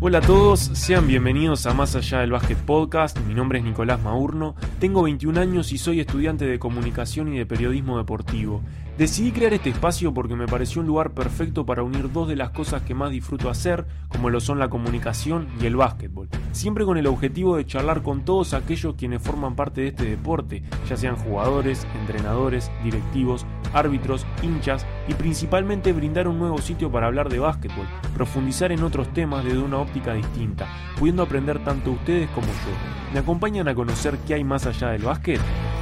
Hola a todos, sean bienvenidos a Más Allá del Básquet Podcast. Mi nombre es Nicolás Maurno, tengo 21 años y soy estudiante de comunicación y de periodismo deportivo. Decidí crear este espacio porque me pareció un lugar perfecto para unir dos de las cosas que más disfruto hacer, como lo son la comunicación y el básquetbol, siempre con el objetivo de charlar con todos aquellos quienes forman parte de este deporte, ya sean jugadores, entrenadores, directivos, árbitros, hinchas y principalmente brindar un nuevo sitio para hablar de básquetbol, profundizar en otros temas desde una óptica distinta, pudiendo aprender tanto ustedes como yo. ¿Me acompañan a conocer qué hay más allá del básquet?